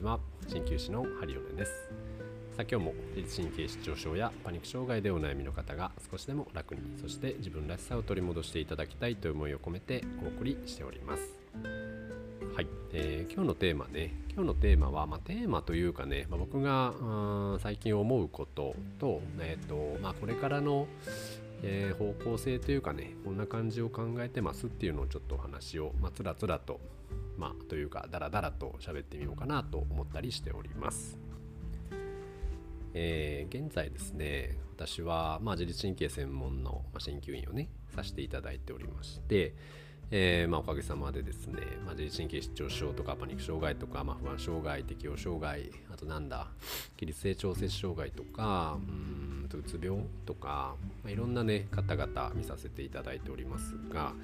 ちは。鍼灸師のハリオネです。今日も自律神経失調症やパニック障害でお悩みの方が少しでも楽に、そして自分らしさを取り戻していただきたいという思いを込めてお送りしております。はい、今日のテーマは、テーマというかね、僕が最近思うことと、これからの方向性というかね、こんな感じを考えてますっていうのをちょっとお話をつらつらとというかダラダラと喋ってみようかなと思ったりしております。現在ですね、私は自律神経専門の鍼灸院をねさせていただいておりまして、おかげさまでですね、自律神経失調症とかパニック障害とか、不安障害、適応障害、あと起立性調節障害とかうつ病とか、いろんなね方々見させていただいておりますが、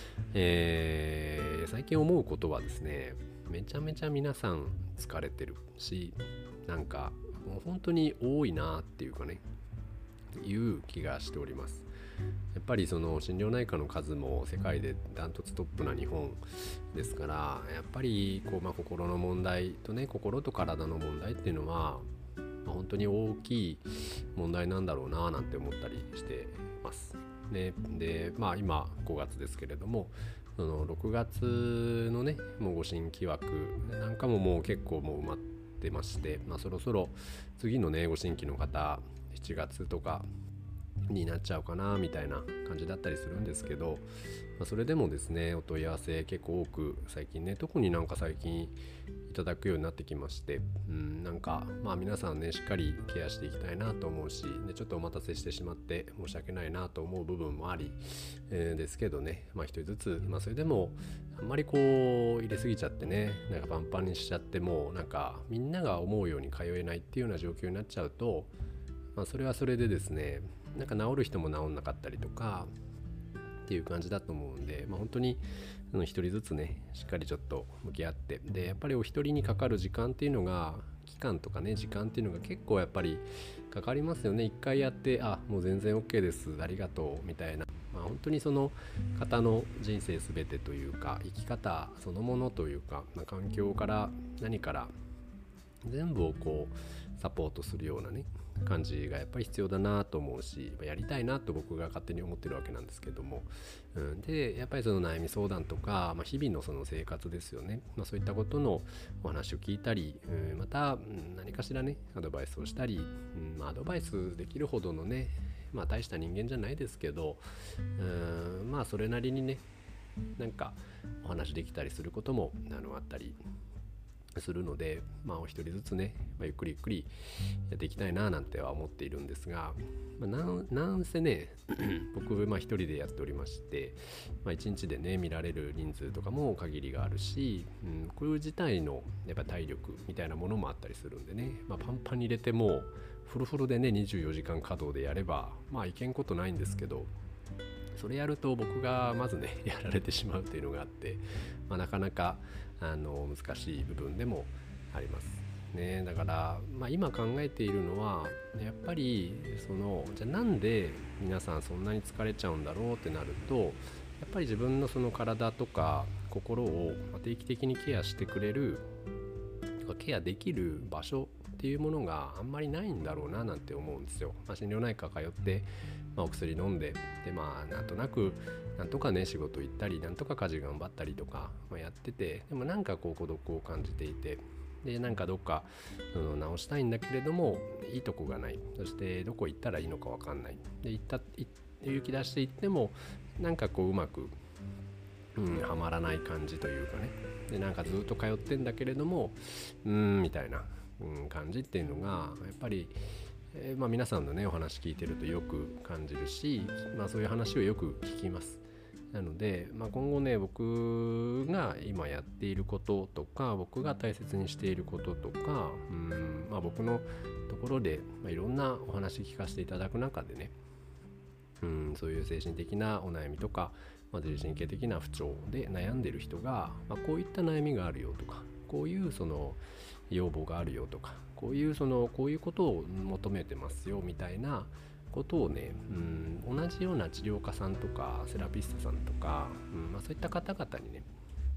最近思うことはですね、めちゃめちゃ皆さん疲れてるし、もう本当に多いなっていうかね、いう気がしております。やっぱりその心療内科の数も世界でダントツトップな日本ですから、やっぱり心の問題とね、心と体の問題っていうのは、本当に大きい問題なんだろうななんて思ったりしてます、ね。で、今5月ですけれども、その6月のねもうご新規枠なんかももう結構もう埋まってまして、そろそろ次のねご新規の方7月とかになっちゃうかなみたいな感じだったりするんですけど、それでもですねお問い合わせ結構多く最近ね、特に最近いただくようになってきまして、皆さんねしっかりケアしていきたいなと思うし、でちょっとお待たせしてしまって申し訳ないなと思う部分もあり、ですけどね、一人ずつ、それでもあんまり入れすぎちゃってね、パンパンにしちゃってもみんなが思うように通えないっていうような状況になっちゃうと、それはそれでですね、治る人も治んなかったりとかっていう感じだと思うんで、本当に一人ずつねしっかりちょっと向き合って、でやっぱりお一人にかかる時間っていうのが、期間とかね時間っていうのが結構やっぱりかかりますよね。一回やってもう全然 OK ですありがとうみたいな、本当にその方の人生すべてというか生き方そのものというか、環境から何から全部をサポートするようなね感じがやっぱり必要だなと思うし、やりたいなと僕が勝手に思ってるわけなんですけども、でやっぱりその悩み相談とか、日々のその生活ですよね、そういったことのお話を聞いたり、また何かしらねアドバイスをしたり、アドバイスできるほどのね大した人間じゃないですけど、それなりにねお話できたりすることもあったりするので、お一人ずつね、ゆっくりゆっくりやっていきたいななんては思っているんですが、なんせね僕一人でやっておりまして、一日でね見られる人数とかも限りがあるし、こういう自体のやっぱ体力みたいなものもあったりするんでね、パンパンに入れてもフルフルでね24時間稼働でやればいけんことないんですけど、それやると僕がまずねやられてしまうっていうのがあって、なかなか難しい部分でもありますね。だから、今考えているのはやっぱりじゃあなんで皆さんそんなに疲れちゃうんだろうってなると、やっぱり自分のその体とか心を定期的にケアしてくれるとかケアできる場所っていうものがあんまりないんだろうななんて思うんですよ。心療内科通って、お薬飲んで、でなんとなくなんとかね仕事行ったり、なんとか家事頑張ったりとか、やってて、でも孤独を感じていて、でどっか直したいんだけれどもいいとこがない、そしてどこ行ったらいいのか分かんない、で行き出していってもうまくはまらない感じというかね、でずっと通ってんだけれどもみたいな感じっていうのがやっぱり皆さんのねお話聞いてるとよく感じるし、そういう話をよく聞きます。なので、今後ね僕が今やっていることとか、僕が大切にしていることとか、僕のところで、いろんなお話聞かせていただく中でね、そういう精神的なお悩みとか、自律神経的な不調で悩んでる人が、こういった悩みがあるよとか、こういう要望があるよとか、こういうことを求めてますよみたいなことをね、同じような治療家さんとかセラピストさんとか、そういった方々にね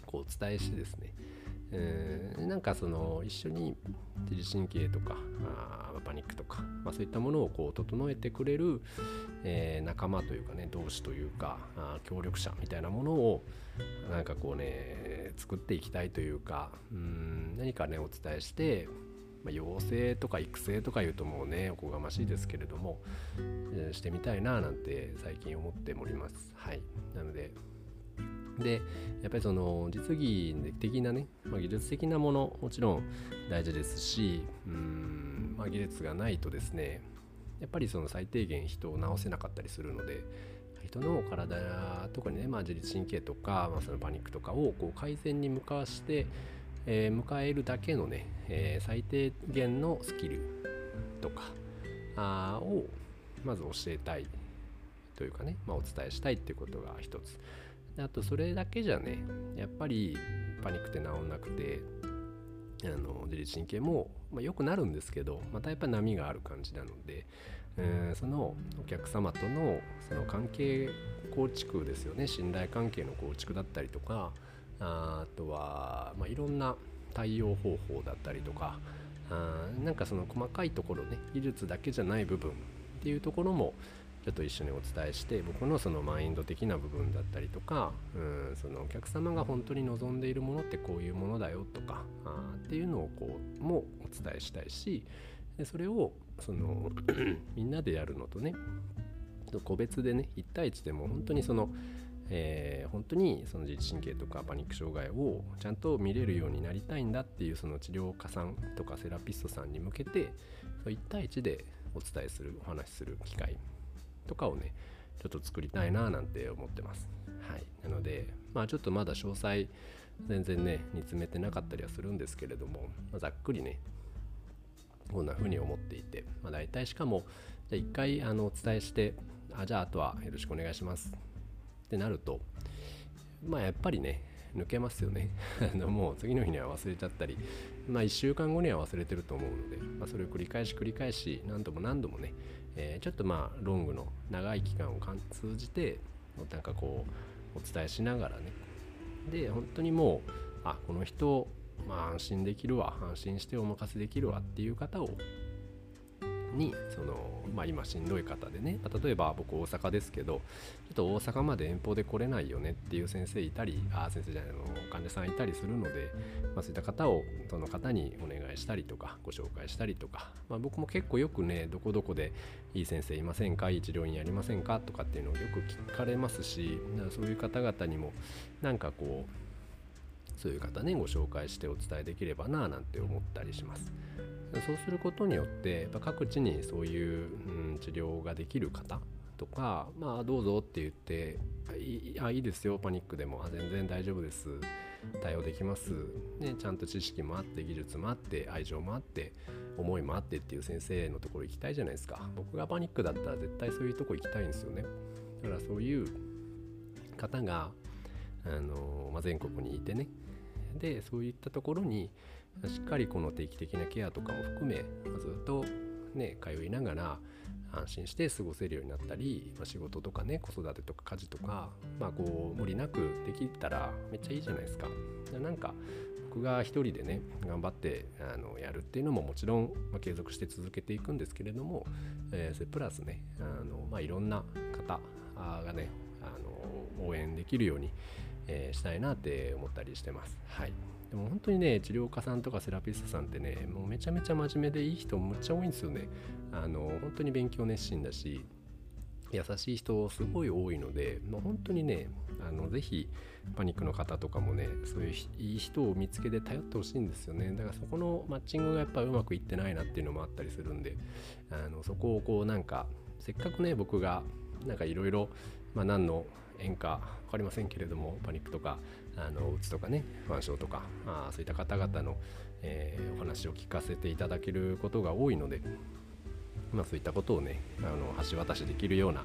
こうお伝えしてですね、なんかその一緒に自律神経とかパニックとか、そういったものをこう整えてくれる、仲間というかね、同志というか協力者みたいなものをなんかこうね作っていきたいというか、何かねお伝えして、養成とか育成とかいうともうねおこがましいですけれども、してみたいななんて最近思っております。はい。なのでやっぱりその実技的なね、技術的なものもちろん大事ですし、技術がないとですね、やっぱりその最低限人を治せなかったりするので、人の体、特にね、自律神経とか、そのパニックとかをこう改善に向かわして、迎えるだけのね、最低限のスキルとかをまず教えたいというかね、お伝えしたいっていうことが一つ。あとそれだけじゃね、やっぱりパニックって治んなくて、自律神経も良くなるんですけど、またやっぱ波がある感じなので、そのお客様とのその関係構築ですよね。信頼関係の構築だったりとか、あとは、いろんな対応方法だったりとか、なんかその細かいところね、技術だけじゃない部分っていうところもちょっと一緒にお伝えして、僕のそのマインド的な部分だったりとか、そのお客様が本当に望んでいるものってこういうものだよとかっていうのをこうもお伝えしたいし、でそれをそのみんなでやるのとね、個別でね1対1でも本当にその、本当にその自律神経とかパニック障害をちゃんと見れるようになりたいんだっていうその治療家さんとかセラピストさんに向けて、1対1でお伝えする、お話しする機会とかをねちょっと作りたいななんて思ってます。はい。なのでちょっとまだ詳細全然ね煮詰めてなかったりはするんですけれども、ざっくりねこんな風に思っていて、大体しかもじゃあ一回お伝えして、じゃああとはよろしくお願いしますってなると、やっぱりね抜けますよねもう次の日には忘れちゃったり、1週間後には忘れてると思うので、それを繰り返し何度もね、ちょっとロングの長い期間を通じてなんかこうお伝えしながらね、で本当にもうこの人安心できるわ、安心してお任せできるわっていう方にその、今しんどい方でね、例えば僕大阪ですけど、ちょっと大阪まで遠方で来れないよねっていう先生いたり、先生じゃない患者さんいたりするので、そういった方をその方にお願いしたりとかご紹介したりとか、僕も結構よくね、どこどこでいい先生いませんか、いい治療院ありませんかとかっていうのをよく聞かれますし、そういう方々にもなんかこうそういう方ねご紹介してお伝えできればななんて思ったりします。そうすることによってやっぱ各地にそういう、治療ができる方とか、どうぞって言っていいですよ、パニックでも全然大丈夫です、対応できます、ね、ちゃんと知識もあって技術もあって愛情もあって思いもあってっていう先生のところ行きたいじゃないですか。僕がパニックだったら絶対そういうとこ行きたいんですよね。だからそういう方が全国にいてね、でそういったところにしっかりこの定期的なケアとかも含め、ずっとね通いながら安心して過ごせるようになったり、仕事とかね子育てとか家事とか、こう無理なくできたらめっちゃいいじゃないですか。なんか僕が一人でね頑張ってやるっていうのももちろん、継続して続けていくんですけれども、それプラスねいろんな方がね応援できるようにしたいなって思ったりしてます。はい。でも本当にね治療家さんとかセラピストさんってねもうめちゃめちゃ真面目でいい人むっちゃ多いんですよね。本当に勉強熱心だし優しい人すごい多いので、本当にねぜひパニックの方とかもねそういういい人を見つけて頼ってほしいんですよね。だからそこのマッチングがやっぱうまくいってないなっていうのもあったりするんで、そこをこうなんかせっかくね僕がなんかいろいろ何の縁か分かりませんけれども、パニックとかうつとかね不安症とかそういった方々の、お話を聞かせていただけることが多いので、そういったことをね橋渡しできるような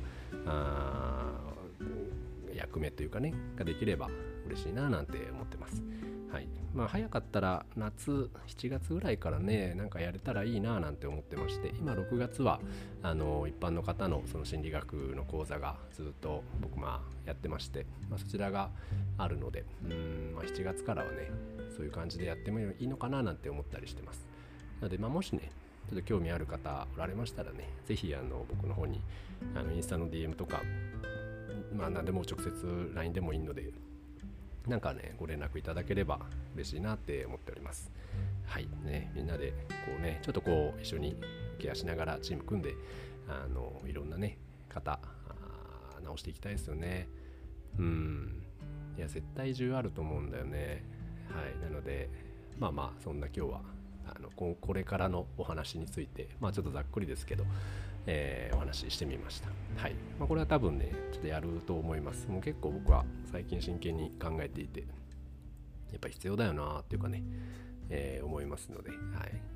役目というかねができれば嬉しいななんて思ってます。 はい。早かったら夏7月ぐらいからね、なんかやれたらいいななんて思ってまして、今6月は一般の方のその心理学の講座がずっと僕やってまして、そちらがあるので、7月からはね、そういう感じでやってもいいのかななんて思ったりしてます。なので、もしね、ちょっと興味ある方おられましたらね、ぜひ僕の方にインスタの DM とか、何でも直接 LINE でもいいので、なんかね、ご連絡いただければ嬉しいなって思っております。はいね、みんなでこうね、ちょっとこう一緒にケアしながらチーム組んで、いろんなね、方直していきたいですよね。いや、絶対重要あると思うんだよね。はい、なので、そんな今日はこれからのお話について、ちょっとざっくりですけど、お話ししてみました。はい。これは多分ね、ちょっとやると思います。もう結構僕は最近真剣に考えていて、やっぱ必要だよなっていうかね、思いますので、はい。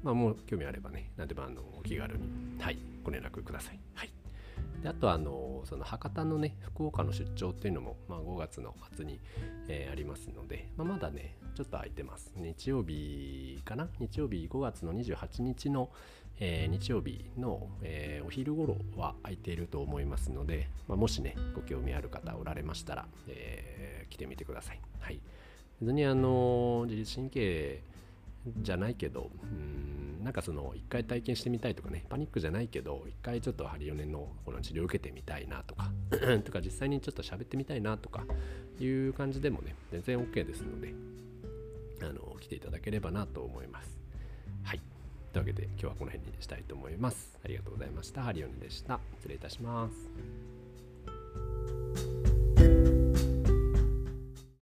もう興味あればね、何でもお気軽に、はい、ご連絡ください。はい。で、あとその博多のね、福岡の出張っていうのも、5月の末に、ありますので、まだね、ちょっと空いてます。日曜日かな、日曜日5月の28日の、日曜日の、お昼頃は空いていると思いますので、もしね、ご興味ある方おられましたら、来てみてください。はい。別に自律神経じゃないけど、なんかその一回体験してみたいとかね、パニックじゃないけど一回ちょっとハリオネのこの治療を受けてみたいなとかとか実際にちょっと喋ってみたいなとかいう感じでもね、全然 OK ですので、来ていただければなと思います。はい。というわけで今日はこの辺にしたいと思います。ありがとうございました。ハリオネでした。失礼いたします。